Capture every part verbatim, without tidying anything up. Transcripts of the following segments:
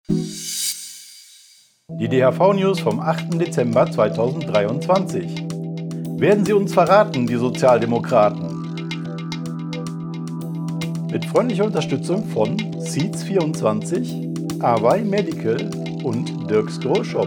Die D H V-News vom achten Dezember zweitausenddreiundzwanzig. Werden sie uns verraten, die Sozialdemokraten? Mit freundlicher Unterstützung von Seeds vierundzwanzig, Away Medical und Dirks Groshop.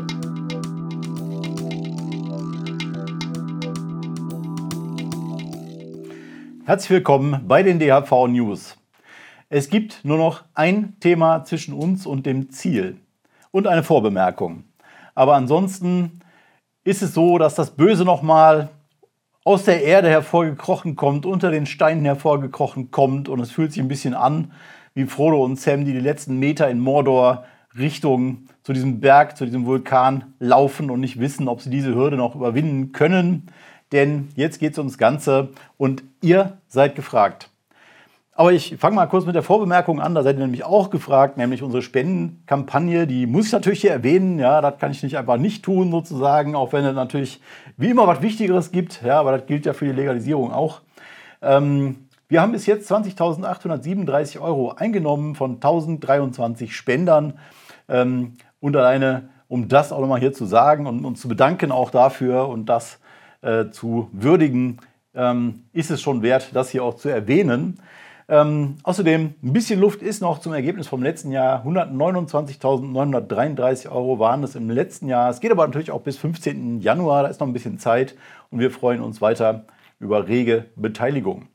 Herzlich willkommen bei den D H V-News. Es gibt nur noch ein Thema zwischen uns und dem Ziel und eine Vorbemerkung. Aber ansonsten ist es so, dass das Böse nochmal aus der Erde hervorgekrochen kommt, unter den Steinen hervorgekrochen kommt und es fühlt sich ein bisschen an wie Frodo und Sam, die die letzten Meter in Mordor Richtung zu diesem Berg, zu diesem Vulkan laufen und nicht wissen, ob sie diese Hürde noch überwinden können. Denn jetzt geht es ums Ganze und ihr seid gefragt. Aber ich fange mal kurz mit der Vorbemerkung an, da seid ihr nämlich auch gefragt, nämlich unsere Spendenkampagne, die muss ich natürlich hier erwähnen, ja, das kann ich nicht einfach nicht tun sozusagen, auch wenn es natürlich wie immer was Wichtigeres gibt, ja, aber das gilt ja für die Legalisierung auch. Ähm, wir haben bis jetzt zwanzigtausendachthundertsiebenunddreißig Euro eingenommen von tausenddreiundzwanzig Spendern ähm, und alleine, um das auch nochmal hier zu sagen und uns zu bedanken auch dafür und das äh, zu würdigen, ähm, ist es schon wert, das hier auch zu erwähnen. Ähm, außerdem, ein bisschen Luft ist noch zum Ergebnis vom letzten Jahr. hundertneunundzwanzigtausendneunhundertdreiunddreißig Euro waren es im letzten Jahr. Es geht aber natürlich auch bis fünfzehnten Januar, da ist noch ein bisschen Zeit und wir freuen uns weiter über rege Beteiligung.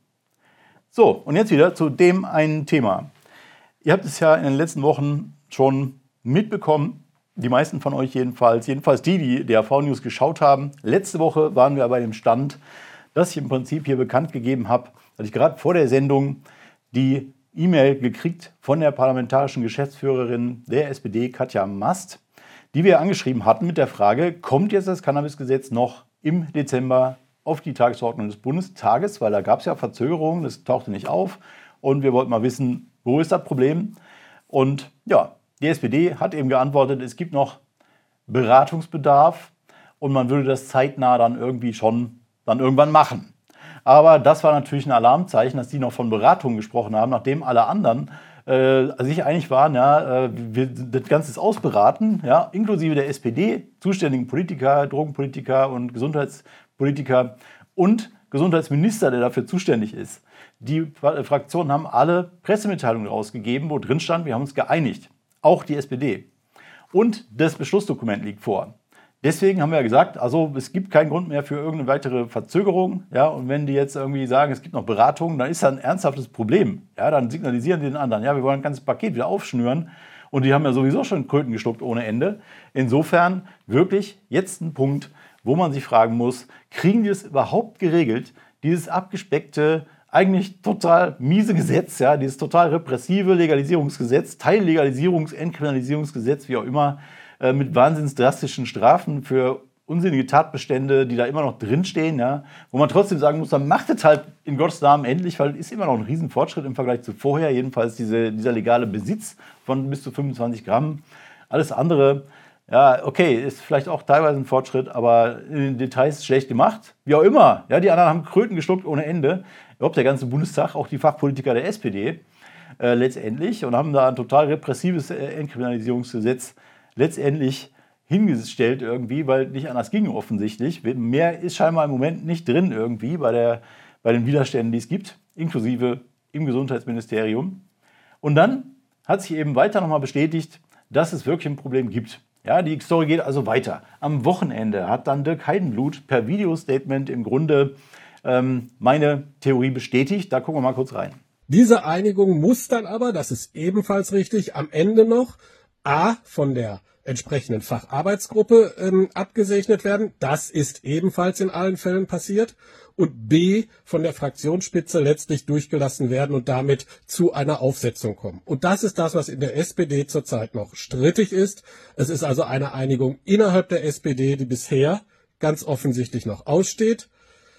So, und jetzt wieder zu dem einen Thema. Ihr habt es ja in den letzten Wochen schon mitbekommen, die meisten von euch jedenfalls, jedenfalls die, die D H V-News geschaut haben. Letzte Woche waren wir bei dem Stand, dass ich im Prinzip hier bekannt gegeben habe, dass ich gerade vor der Sendung die E-Mail gekriegt von der parlamentarischen Geschäftsführerin der S P D, Katja Mast, die wir angeschrieben hatten mit der Frage, kommt jetzt das Cannabisgesetz noch im Dezember auf die Tagesordnung des Bundestages, weil da gab es ja Verzögerungen, das tauchte nicht auf und wir wollten mal wissen, wo ist das Problem? Und ja, die S P D hat eben geantwortet, es gibt noch Beratungsbedarf und man würde das zeitnah dann irgendwie schon dann irgendwann machen. Aber das war natürlich ein Alarmzeichen, dass die noch von Beratungen gesprochen haben, nachdem alle anderen äh, sich einig waren, ja, äh, wir, das Ganze ist ausberaten, ja, inklusive der S P D, zuständigen Politiker, Drogenpolitiker und Gesundheitspolitiker und Gesundheitsminister, der dafür zuständig ist. Die Fraktionen haben alle Pressemitteilungen rausgegeben, wo drin stand, wir haben uns geeinigt, auch die S P D. Und das Beschlussdokument liegt vor. Deswegen haben wir ja gesagt, also es gibt keinen Grund mehr für irgendeine weitere Verzögerung. Ja, und wenn die jetzt irgendwie sagen, es gibt noch Beratungen, dann ist das ein ernsthaftes Problem. Ja, dann signalisieren die den anderen, ja, wir wollen ein ganzes Paket wieder aufschnüren. Und die haben ja sowieso schon Kröten geschluckt ohne Ende. Insofern wirklich jetzt ein Punkt, wo man sich fragen muss, kriegen die es überhaupt geregelt, dieses abgespeckte, eigentlich total miese Gesetz, ja, dieses total repressive Legalisierungsgesetz, Teillegalisierungs-, Entkriminalisierungsgesetz, wie auch immer, mit wahnsinns drastischen Strafen für unsinnige Tatbestände, die da immer noch drinstehen, ja, wo man trotzdem sagen muss, dann macht es halt in Gottes Namen endlich, weil es ist immer noch ein Riesenfortschritt im Vergleich zu vorher, jedenfalls diese, dieser legale Besitz von bis zu fünfundzwanzig Gramm. Alles andere, ja, okay, ist vielleicht auch teilweise ein Fortschritt, aber in den Details schlecht gemacht. Wie auch immer, ja, die anderen haben Kröten geschluckt ohne Ende. Überhaupt der ganze Bundestag, auch die Fachpolitiker der S P D äh, letztendlich und haben da ein total repressives äh, Entkriminalisierungsgesetz letztendlich hingestellt irgendwie, weil nicht anders ging offensichtlich. Mehr ist scheinbar im Moment nicht drin irgendwie bei, der, bei den Widerständen, die es gibt, inklusive im Gesundheitsministerium. Und dann hat sich eben weiter nochmal bestätigt, dass es wirklich ein Problem gibt. Ja, die Story geht also weiter. Am Wochenende hat dann Dirk Heidenblut per Videostatement im Grunde ähm, meine Theorie bestätigt. Da gucken wir mal kurz rein. Diese Einigung muss dann aber, das ist ebenfalls richtig, am Ende noch A von der entsprechenden Facharbeitsgruppe ähm, abgesegnet werden. Das ist ebenfalls in allen Fällen passiert. Und B von der Fraktionsspitze letztlich durchgelassen werden und damit zu einer Aufsetzung kommen. Und das ist das, was in der S P D zurzeit noch strittig ist. Es ist also eine Einigung innerhalb der S P D, die bisher ganz offensichtlich noch aussteht.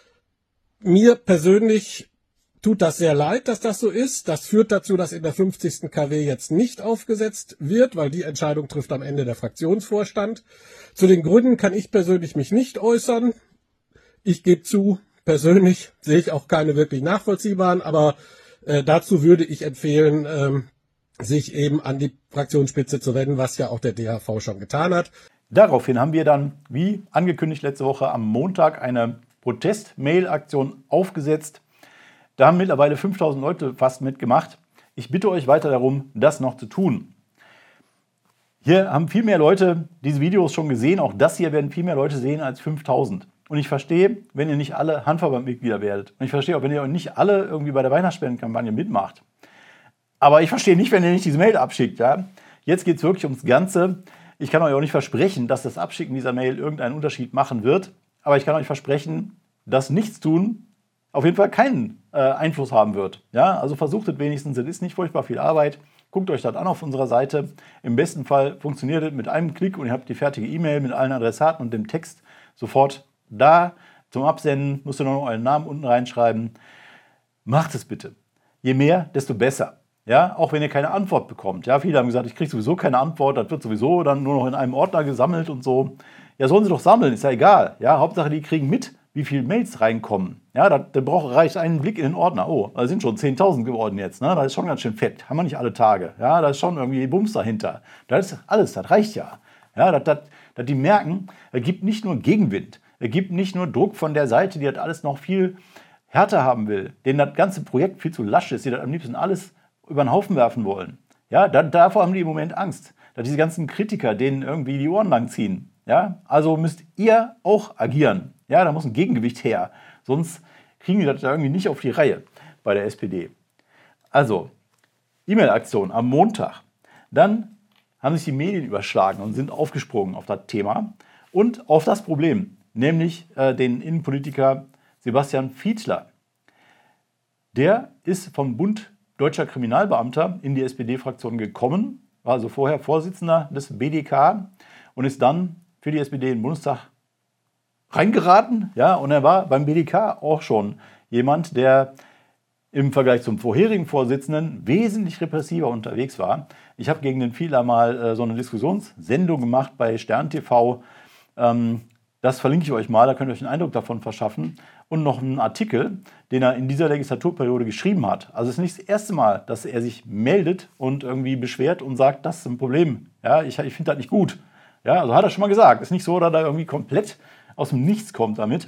Mir persönlich tut das sehr leid, dass das so ist. Das führt dazu, dass in der fünfzigsten K W jetzt nicht aufgesetzt wird, weil die Entscheidung trifft am Ende der Fraktionsvorstand. Zu den Gründen kann ich persönlich mich nicht äußern. Ich gebe zu, persönlich sehe ich auch keine wirklich nachvollziehbaren, aber äh, dazu würde ich empfehlen, ähm, sich eben an die Fraktionsspitze zu wenden, was ja auch der D H V schon getan hat. Daraufhin haben wir dann, wie angekündigt letzte Woche, am Montag eine Protest-Mail-Aktion aufgesetzt. Da haben mittlerweile fünftausend Leute fast mitgemacht. Ich bitte euch weiter darum, das noch zu tun. Hier haben viel mehr Leute diese Videos schon gesehen. Auch das hier werden viel mehr Leute sehen als fünftausend. Und ich verstehe, wenn ihr nicht alle Handverband-Mitglieder werdet. Und ich verstehe auch, wenn ihr nicht alle irgendwie bei der Weihnachtsspendenkampagne mitmacht. Aber ich verstehe nicht, wenn ihr nicht diese Mail abschickt. Ja? Jetzt geht es wirklich ums Ganze. Ich kann euch auch nicht versprechen, dass das Abschicken dieser Mail irgendeinen Unterschied machen wird. Aber ich kann euch versprechen, dass Nichtstun auf jeden Fall keinen äh, Einfluss haben wird. Ja? Also versucht es wenigstens, es ist nicht furchtbar viel Arbeit. Guckt euch das an auf unserer Seite. Im besten Fall funktioniert es mit einem Klick und ihr habt die fertige E-Mail mit allen Adressaten und dem Text sofort da. Zum Absenden müsst ihr nur noch euren Namen unten reinschreiben. Macht es bitte. Je mehr, desto besser. Ja, auch wenn ihr keine Antwort bekommt. Ja, viele haben gesagt, ich kriege sowieso keine Antwort, das wird sowieso dann nur noch in einem Ordner gesammelt und so. Ja, sollen sie doch sammeln, ist ja egal. Ja, Hauptsache, die kriegen mit, wie viele Mails reinkommen. Ja, da, da braucht, reicht einen Blick in den Ordner. Oh, da sind schon zehntausend geworden jetzt. Ne? Das ist schon ganz schön fett. Haben wir nicht alle Tage. Ja, da ist schon irgendwie Bums dahinter. Das ist alles, das reicht ja. Ja, dass, dass, dass die merken, es gibt nicht nur Gegenwind. Es gibt nicht nur Druck von der Seite, die das alles noch viel härter haben will, denen das ganze Projekt viel zu lasch ist, die das am liebsten alles über den Haufen werfen wollen. Ja, da, davor haben die im Moment Angst, dass diese ganzen Kritiker denen irgendwie die Ohren lang ziehen. Ja, also müsst ihr auch agieren. Ja, da muss ein Gegengewicht her, sonst kriegen die das irgendwie nicht auf die Reihe bei der S P D. Also, E-Mail-Aktion am Montag. Dann haben sich die Medien überschlagen und sind aufgesprungen auf das Thema und auf das Problem, nämlich äh, den Innenpolitiker Sebastian Fiedler. Der ist vom Bund Deutscher Kriminalbeamter in die S P D-Fraktion gekommen, war also vorher Vorsitzender des B D K und ist dann für die S P D in den Bundestag reingeraten. Ja, und er war beim B D K auch schon jemand, der im Vergleich zum vorherigen Vorsitzenden wesentlich repressiver unterwegs war. Ich habe gegen den Fiedler mal äh, so eine Diskussionssendung gemacht bei Stern T V. Ähm, Das verlinke ich euch mal, da könnt ihr euch einen Eindruck davon verschaffen. Und noch einen Artikel, den er in dieser Legislaturperiode geschrieben hat. Also es ist nicht das erste Mal, dass er sich meldet und irgendwie beschwert und sagt, das ist ein Problem. Ja, ich, ich finde das nicht gut. Ja, also hat er schon mal gesagt. Ist nicht so, dass er irgendwie komplett aus dem Nichts kommt damit.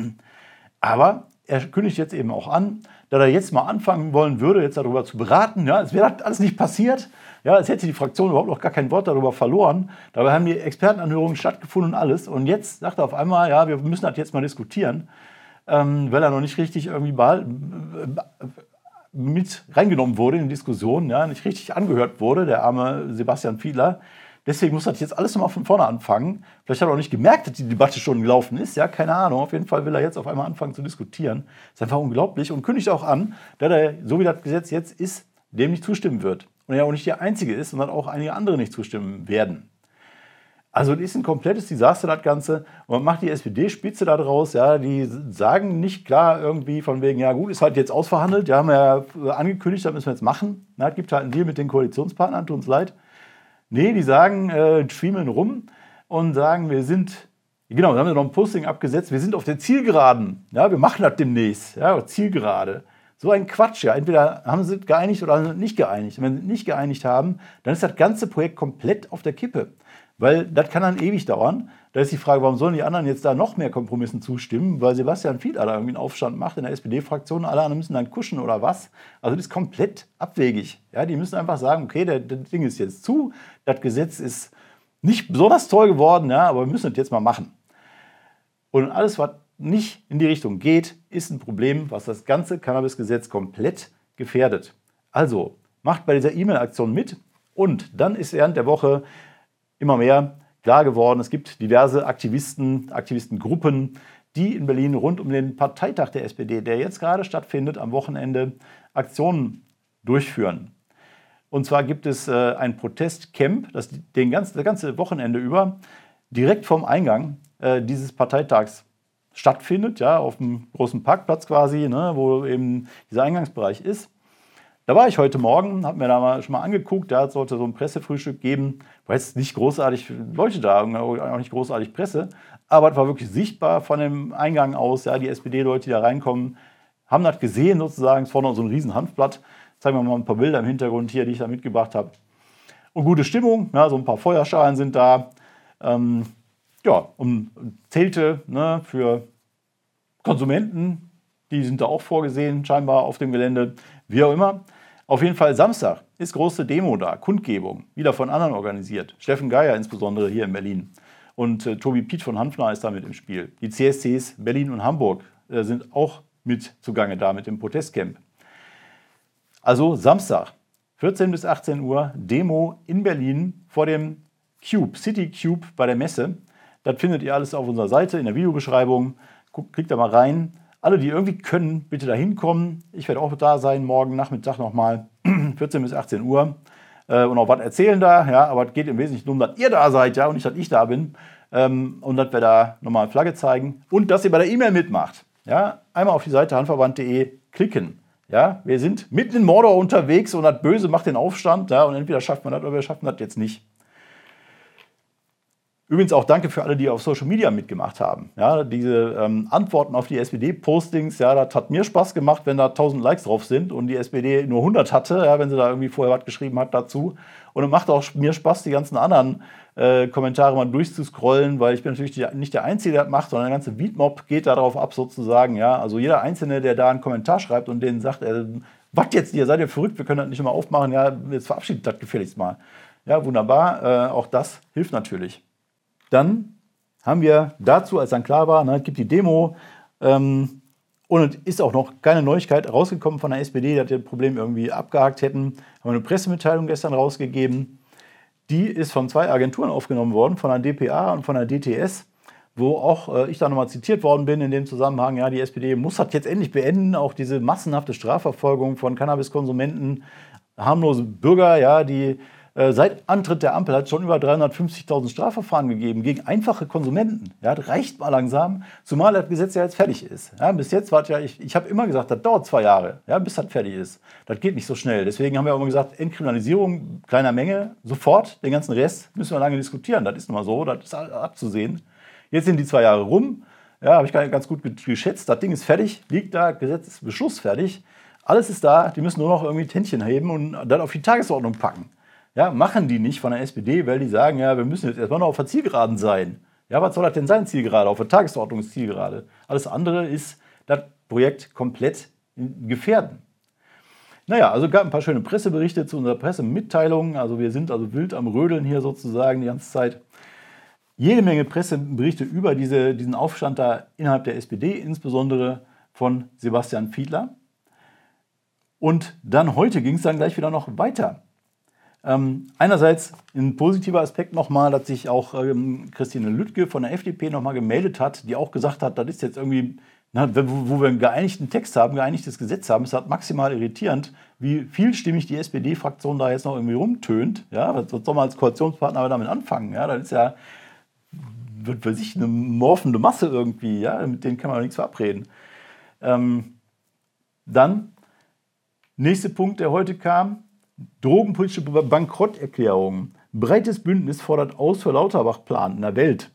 Aber er kündigt jetzt eben auch an, dass er jetzt mal anfangen wollen würde, jetzt darüber zu beraten. Ja, es wäre das alles nicht passiert. Ja, es hätte die Fraktion überhaupt noch gar kein Wort darüber verloren. Dabei haben die Expertenanhörungen stattgefunden und alles. Und jetzt sagt er auf einmal, ja, wir müssen das jetzt mal diskutieren, ähm, weil er noch nicht richtig irgendwie mit reingenommen wurde in die Diskussion, ja, nicht richtig angehört wurde, der arme Sebastian Fiedler. Deswegen muss das jetzt alles nochmal von vorne anfangen. Vielleicht hat er auch nicht gemerkt, dass die Debatte schon gelaufen ist. Ja, keine Ahnung. Auf jeden Fall will er jetzt auf einmal anfangen zu diskutieren. Das ist einfach unglaublich und kündigt auch an, dass er, so wie das Gesetz jetzt ist, dem nicht zustimmen wird. Und er auch nicht der Einzige ist, sondern auch einige andere nicht zustimmen werden. Also das ist ein komplettes Desaster, das Ganze. Und man macht die S P D-Spitze da draus. Ja, die sagen nicht klar irgendwie von wegen, ja gut, ist halt jetzt ausverhandelt. Ja, haben wir ja angekündigt, das müssen wir jetzt machen. Na, es gibt halt einen Deal mit den Koalitionspartnern, tut uns leid. Nee, die sagen, äh, schwiemeln rum und sagen, wir sind, genau, da haben wir noch ein Posting abgesetzt, wir sind auf der Zielgeraden. Ja, wir machen das demnächst. Ja, Zielgerade. So ein Quatsch, ja. Entweder haben sie sich geeinigt oder nicht geeinigt. Und wenn sie nicht geeinigt haben, dann ist das ganze Projekt komplett auf der Kippe. Weil das kann dann ewig dauern. Da ist die Frage, warum sollen die anderen jetzt da noch mehr Kompromissen zustimmen? Weil Sebastian Fiedler da irgendwie einen Aufstand macht in der S P D-Fraktion. Alle anderen müssen dann kuschen oder was? Also das ist komplett abwegig. Ja, die müssen einfach sagen, okay, das Ding ist jetzt zu. Das Gesetz ist nicht besonders toll geworden, ja, aber wir müssen das jetzt mal machen. Und alles, was nicht in die Richtung geht, ist ein Problem, was das ganze Cannabis-Gesetz komplett gefährdet. Also macht bei dieser E-Mail-Aktion mit und dann ist während der Woche immer mehr klar geworden, es gibt diverse Aktivisten, Aktivistengruppen, die in Berlin rund um den Parteitag der S P D, der jetzt gerade stattfindet, am Wochenende Aktionen durchführen. Und zwar gibt es äh, ein Protestcamp, das den ganzen, das ganze Wochenende über direkt vorm Eingang äh, dieses Parteitags stattfindet, ja, auf dem großen Parkplatz quasi, ne, wo eben dieser Eingangsbereich ist. Da war ich heute Morgen, habe mir da mal schon mal angeguckt, da sollte so ein Pressefrühstück geben, war jetzt nicht großartig Leute da, auch nicht großartig Presse, aber es war wirklich sichtbar von dem Eingang aus, ja, die S P D-Leute, die da reinkommen, haben das gesehen sozusagen, es vorne so ein riesen Hanfblatt, Zeigen wir mal ein paar Bilder im Hintergrund hier, die ich da mitgebracht habe. Und gute Stimmung, ja, so ein paar Feuerschalen sind da. Ähm, ja, und Zelte, ne, für Konsumenten, die sind da auch vorgesehen, scheinbar auf dem Gelände, wie auch immer. Auf jeden Fall Samstag ist große Demo da, Kundgebung, wieder von anderen organisiert. Steffen Geier insbesondere hier in Berlin. Und äh, Tobi Piet von Hanfner ist da mit im Spiel. Die C S Cs Berlin und Hamburg äh, sind auch mit zugange da mit dem Protestcamp. Also Samstag, vierzehn bis achtzehn Uhr, Demo in Berlin vor dem Cube, City Cube bei der Messe. Das findet ihr alles auf unserer Seite in der Videobeschreibung. Guckt, klickt da mal rein. Alle, die irgendwie können, bitte da hinkommen. Ich werde auch da sein, morgen Nachmittag nochmal, vierzehn bis achtzehn Uhr. Äh, und auch was erzählen da, ja, aber es geht im Wesentlichen darum, dass ihr da seid, ja, und nicht, dass ich da bin. Ähm, und dass wir da nochmal Flagge zeigen. Und dass ihr bei der E-Mail mitmacht. Ja, einmal auf die Seite hanfverband punkt de klicken. Ja, wir sind mitten in Mordor unterwegs und das Böse macht den Aufstand. Ja, und entweder schafft man das oder wir schaffen das jetzt nicht. Übrigens auch danke für alle, die auf Social Media mitgemacht haben. Ja, diese ähm, Antworten auf die S P D-Postings, ja, das hat mir Spaß gemacht, wenn da tausend Likes drauf sind und die S P D nur hundert hatte, ja, wenn sie da irgendwie vorher was geschrieben hat dazu. Und es macht auch mir Spaß, die ganzen anderen äh, Kommentare mal durchzuscrollen, weil ich bin natürlich die, nicht der Einzige, der das macht, sondern der ganze Beatmob geht da drauf ab sozusagen. Ja. Also jeder Einzelne, der da einen Kommentar schreibt und denen sagt, äh, was jetzt, ihr seid ihr verrückt, wir können das nicht immer aufmachen, ja, jetzt verabschiedet das gefälligst mal. Ja, wunderbar, äh, auch das hilft natürlich. Dann haben wir dazu, als dann klar war, ne, es gibt die Demo ähm, und es ist auch noch keine Neuigkeit rausgekommen von der S P D, dass die das Problem irgendwie abgehakt hätten, haben wir eine Pressemitteilung gestern rausgegeben. Die ist von zwei Agenturen aufgenommen worden, von der D P A und von der D T S, wo auch äh, ich da nochmal zitiert worden bin in dem Zusammenhang, ja, die S P D muss das jetzt endlich beenden, auch diese massenhafte Strafverfolgung von Cannabiskonsumenten, harmlose Bürger, ja, die seit Antritt der Ampel hat es schon über dreihundertfünfzigtausend Strafverfahren gegeben gegen einfache Konsumenten. Ja, das reicht mal langsam, zumal das Gesetz ja jetzt fertig ist. Ja, bis jetzt war es ja, ich, ich habe immer gesagt, das dauert zwei Jahre, ja, bis das fertig ist. Das geht nicht so schnell. Deswegen haben wir auch immer gesagt, Entkriminalisierung kleiner Menge, sofort. Den ganzen Rest müssen wir lange diskutieren. Das ist nun mal so, das ist abzusehen. Jetzt sind die zwei Jahre rum. Ja, habe ich ganz gut geschätzt. Das Ding ist fertig, liegt da, Gesetzesbeschluss fertig. Alles ist da. Die müssen nur noch irgendwie Tändchen heben und dann auf die Tagesordnung packen. Ja, machen die nicht von der S P D, weil die sagen, ja, wir müssen jetzt erstmal noch auf der Zielgeraden sein. Ja, was soll das denn sein, Zielgerade? Auf der Tagesordnung ist Zielgerade. Alles andere ist das Projekt komplett gefährden. Naja, also gab ein paar schöne Presseberichte zu unserer Pressemitteilung. Also wir sind also wild am Rödeln hier sozusagen die ganze Zeit. Jede Menge Presseberichte über diese, diesen Aufstand da innerhalb der S P D, insbesondere von Sebastian Fiedler. Und dann heute ging es dann gleich wieder noch weiter. Ähm, einerseits ein positiver Aspekt nochmal, dass sich auch ähm, Christine Lüttke von der F D P nochmal gemeldet hat, die auch gesagt hat, das ist jetzt irgendwie, na, wo, wo wir einen geeinigten Text haben, geeinigtes Gesetz haben, ist halt maximal irritierend, wie vielstimmig die S P D-Fraktion da jetzt noch irgendwie rumtönt. Ja, was soll man als Koalitionspartner damit anfangen? Ja, das ist ja, wird für sich eine morphende Masse irgendwie, ja, mit denen kann man nichts verabreden. Ähm, dann, nächster Punkt, der heute kam, drogenpolitische Bankrotterklärung. Breites Bündnis fordert aus für Lauterbach-Plan in der Welt.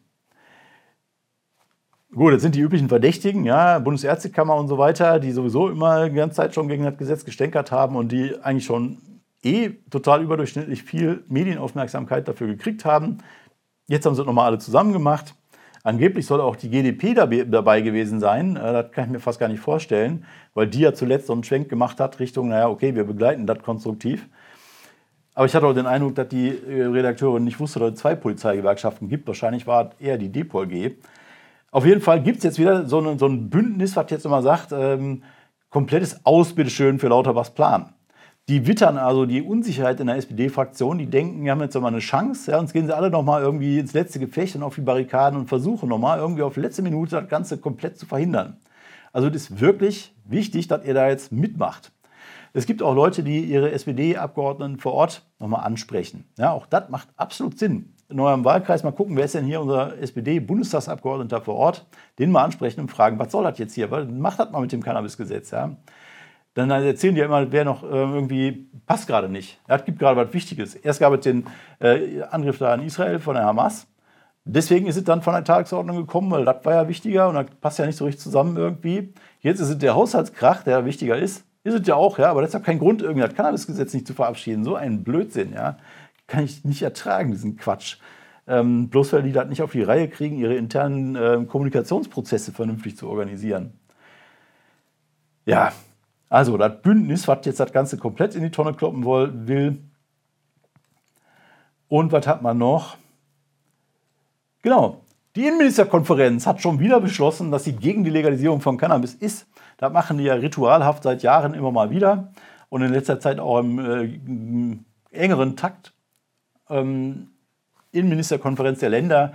Gut, das sind die üblichen Verdächtigen, ja, Bundesärztekammer und so weiter, die sowieso immer die ganze Zeit schon gegen das Gesetz gestänkert haben und die eigentlich schon eh total überdurchschnittlich viel Medienaufmerksamkeit dafür gekriegt haben. Jetzt haben sie es nochmal alle zusammen gemacht. Angeblich soll auch die G d P dabei gewesen sein. Das kann ich mir fast gar nicht vorstellen, weil die ja zuletzt so einen Schwenk gemacht hat Richtung, naja, okay, wir begleiten das konstruktiv. Aber ich hatte auch den Eindruck, dass die Redakteurin nicht wusste, dass es zwei Polizeigewerkschaften gibt. Wahrscheinlich war es eher die D P O L G. Auf jeden Fall gibt es jetzt wieder so ein, so ein Bündnis, was jetzt immer sagt, ähm, komplettes Aus, bitteschön, für Lauterbachs Plan. Die wittern also die Unsicherheit in der S P D-Fraktion, die denken, wir haben jetzt nochmal eine Chance, ja, uns gehen sie alle nochmal irgendwie ins letzte Gefecht und auf die Barrikaden und versuchen nochmal irgendwie auf letzte Minute das Ganze komplett zu verhindern. Also es ist wirklich wichtig, dass ihr da jetzt mitmacht. Es gibt auch Leute, die ihre S P D-Abgeordneten vor Ort nochmal ansprechen. Ja, auch das macht absolut Sinn. In eurem Wahlkreis mal gucken, wer ist denn hier unser S P D-Bundestagsabgeordneter vor Ort, den mal ansprechen und fragen, was soll das jetzt hier? Macht das mal mit dem Cannabisgesetz, ja. Dann erzählen die ja immer, wer noch äh, irgendwie, passt gerade nicht. Ja, es gibt gerade was Wichtiges. Erst gab es den äh, Angriff da an Israel von der Hamas. Deswegen ist es dann von der Tagesordnung gekommen, weil das war ja wichtiger und das passt ja nicht so richtig zusammen irgendwie. Jetzt ist es der Haushaltskrach, der wichtiger ist. Ist es ja auch, ja, aber das ist ja kein Grund, irgendwie das Cannabisgesetz nicht zu verabschieden. So ein Blödsinn, ja. Kann ich nicht ertragen, diesen Quatsch. Ähm, bloß weil die das nicht auf die Reihe kriegen, ihre internen äh, Kommunikationsprozesse vernünftig zu organisieren. Ja, also das Bündnis, was jetzt das Ganze komplett in die Tonne kloppen will. Und was hat man noch? Genau, die Innenministerkonferenz hat schon wieder beschlossen, dass sie gegen die Legalisierung von Cannabis ist. Das machen die ja ritualhaft seit Jahren immer mal wieder und in letzter Zeit auch im äh, engeren Takt. Ähm, Innenministerkonferenz der Länder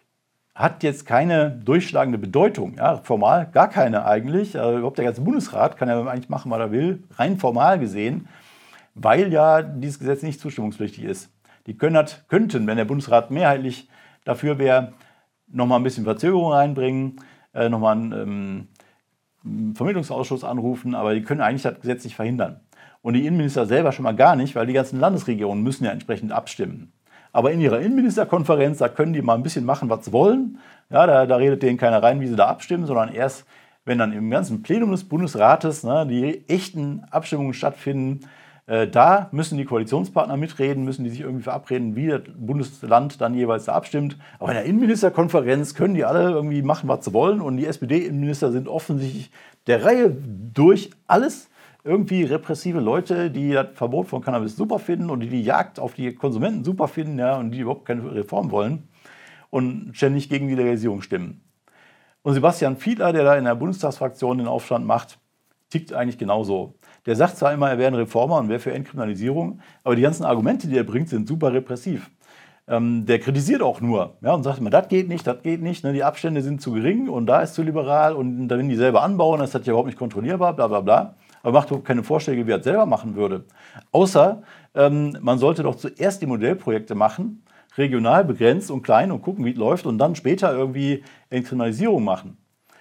hat jetzt keine durchschlagende Bedeutung. Ja, formal gar keine eigentlich. Also überhaupt der ganze Bundesrat kann ja eigentlich machen, was er will, rein formal gesehen, weil ja dieses Gesetz nicht zustimmungspflichtig ist. Die können das, könnten, wenn der Bundesrat mehrheitlich dafür wäre, nochmal ein bisschen Verzögerung reinbringen, äh, nochmal einen ähm, Vermittlungsausschuss anrufen, aber die können eigentlich das Gesetz nicht verhindern. Und die Innenminister selber schon mal gar nicht, weil die ganzen Landesregierungen müssen ja entsprechend abstimmen. Aber in ihrer Innenministerkonferenz, da können die mal ein bisschen machen, was sie wollen. Ja, da, da redet denen keiner rein, wie sie da abstimmen, sondern erst, wenn dann im ganzen Plenum des Bundesrates ne, die echten Abstimmungen stattfinden, äh, da müssen die Koalitionspartner mitreden, müssen die sich irgendwie verabreden, wie das Bundesland dann jeweils da abstimmt. Aber in der Innenministerkonferenz können die alle irgendwie machen, was sie wollen. Und die S P D-Innenminister sind offensichtlich der Reihe durch alles irgendwie repressive Leute, die das Verbot von Cannabis super finden und die die Jagd auf die Konsumenten super finden, ja, und die überhaupt keine Reform wollen und ständig gegen die Legalisierung stimmen. Und Sebastian Fiedler, der da in der Bundestagsfraktion den Aufstand macht, tickt eigentlich genauso. Der sagt zwar immer, er wäre ein Reformer und wäre für Entkriminalisierung, aber die ganzen Argumente, die er bringt, sind super repressiv. Ähm, der kritisiert auch nur, ja, und sagt immer, das geht nicht, das geht nicht, ne, die Abstände sind zu gering und da ist zu liberal und wenn die selber anbauen, ist das ja überhaupt nicht kontrollierbar, bla bla bla. Aber macht doch keine Vorschläge, wie er es selber machen würde. Außer, ähm, man sollte doch zuerst die Modellprojekte machen, regional begrenzt und klein und gucken, wie es läuft und dann später irgendwie Entkriminalisierung machen.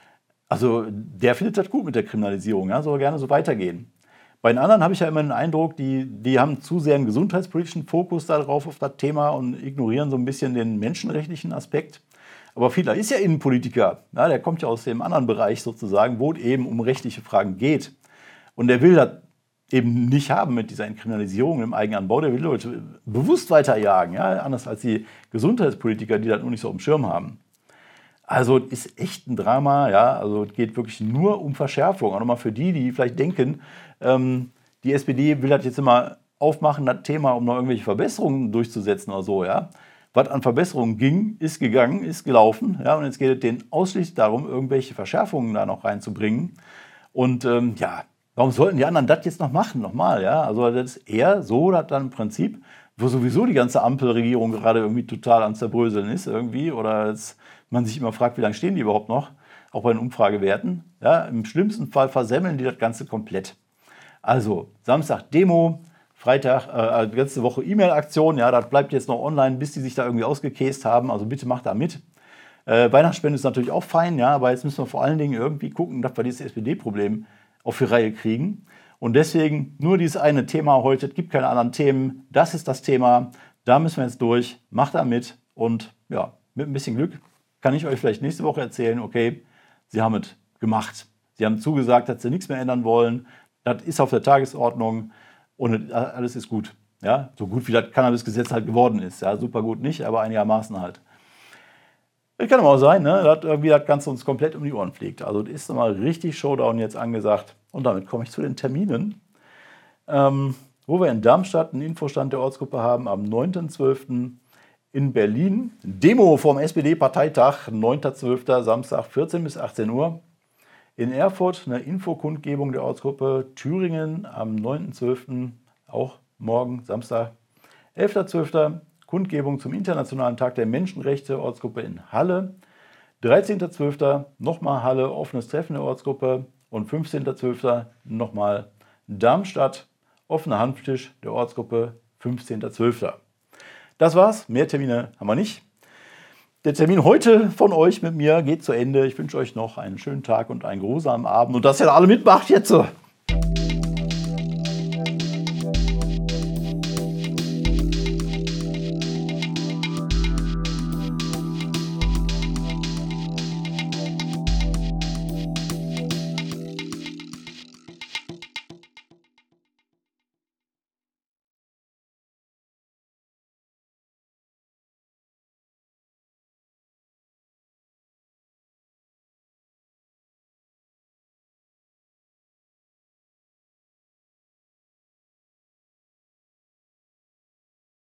Also der findet das gut mit der Kriminalisierung, ja, soll gerne so weitergehen. Bei den anderen habe ich ja immer den Eindruck, die, die haben zu sehr einen gesundheitspolitischen Fokus darauf auf das Thema und ignorieren so ein bisschen den menschenrechtlichen Aspekt. Aber Fiedler ist ja Innenpolitiker, ja, der kommt ja aus dem anderen Bereich sozusagen, wo es eben um rechtliche Fragen geht. Und der will das eben nicht haben mit dieser Entkriminalisierung im Eigenanbau. Der will Leute bewusst weiterjagen, ja? Anders als die Gesundheitspolitiker, die das nur nicht so auf dem Schirm haben. Also es ist echt ein Drama. Ja? Also es geht wirklich nur um Verschärfung. Auch nochmal für die, die vielleicht denken, ähm, die S P D will das jetzt immer aufmachen, das Thema, um noch irgendwelche Verbesserungen durchzusetzen oder so. Ja? Was an Verbesserungen ging, ist gegangen, ist gelaufen. Ja? Und jetzt geht es denen ausschließlich darum, irgendwelche Verschärfungen da noch reinzubringen. Und ähm, ja, warum sollten die anderen das jetzt noch machen? Nochmal, ja. Also das ist eher so, dass dann im Prinzip, wo sowieso die ganze Ampelregierung gerade irgendwie total am Zerbröseln ist irgendwie, oder dass man sich immer fragt, wie lange stehen die überhaupt noch, auch bei den Umfragewerten. Ja, im schlimmsten Fall versemmeln die das Ganze komplett. Also Samstag Demo, Freitag, äh, letzte Woche E-Mail-Aktion, ja, das bleibt jetzt noch online, bis die sich da irgendwie ausgekäst haben. Also bitte macht da mit. Äh, Weihnachtsspende ist natürlich auch fein, ja, aber jetzt müssen wir vor allen Dingen irgendwie gucken, dass wir dieses S P D-Problem auf die Reihe kriegen. Und deswegen nur dieses eine Thema heute, es gibt keine anderen Themen. Das ist das Thema, da müssen wir jetzt durch. Macht da mit und ja, mit ein bisschen Glück kann ich euch vielleicht nächste Woche erzählen, okay, sie haben es gemacht. Sie haben zugesagt, dass sie nichts mehr ändern wollen. Das ist auf der Tagesordnung und alles ist gut. Ja, so gut wie das Cannabis-Gesetz halt geworden ist. Ja, super gut nicht, aber einigermaßen halt. Das kann aber auch sein, ne, dass irgendwie das Ganze uns komplett um die Ohren fliegt. Also das ist nochmal richtig Showdown jetzt angesagt. Und damit komme ich zu den Terminen, ähm, wo wir in Darmstadt einen Infostand der Ortsgruppe haben am neunten zwölften in Berlin. Demo vom S P D-Parteitag, neunten zwölften Samstag, vierzehn bis achtzehn Uhr. In Erfurt eine Infokundgebung der Ortsgruppe. Thüringen am neunten zwölften auch morgen, Samstag, elften zwölften Kundgebung zum Internationalen Tag der Menschenrechte, Ortsgruppe in Halle. dreizehnten zwölften nochmal Halle, offenes Treffen der Ortsgruppe. Und fünfzehnten zwölften nochmal Darmstadt, offener Handtisch der Ortsgruppe, fünfzehnten zwölften Das war's, mehr Termine haben wir nicht. Der Termin heute von euch mit mir geht zu Ende. Ich wünsche euch noch einen schönen Tag und einen geruhsamen Abend und dass ihr da alle mitmacht jetzt.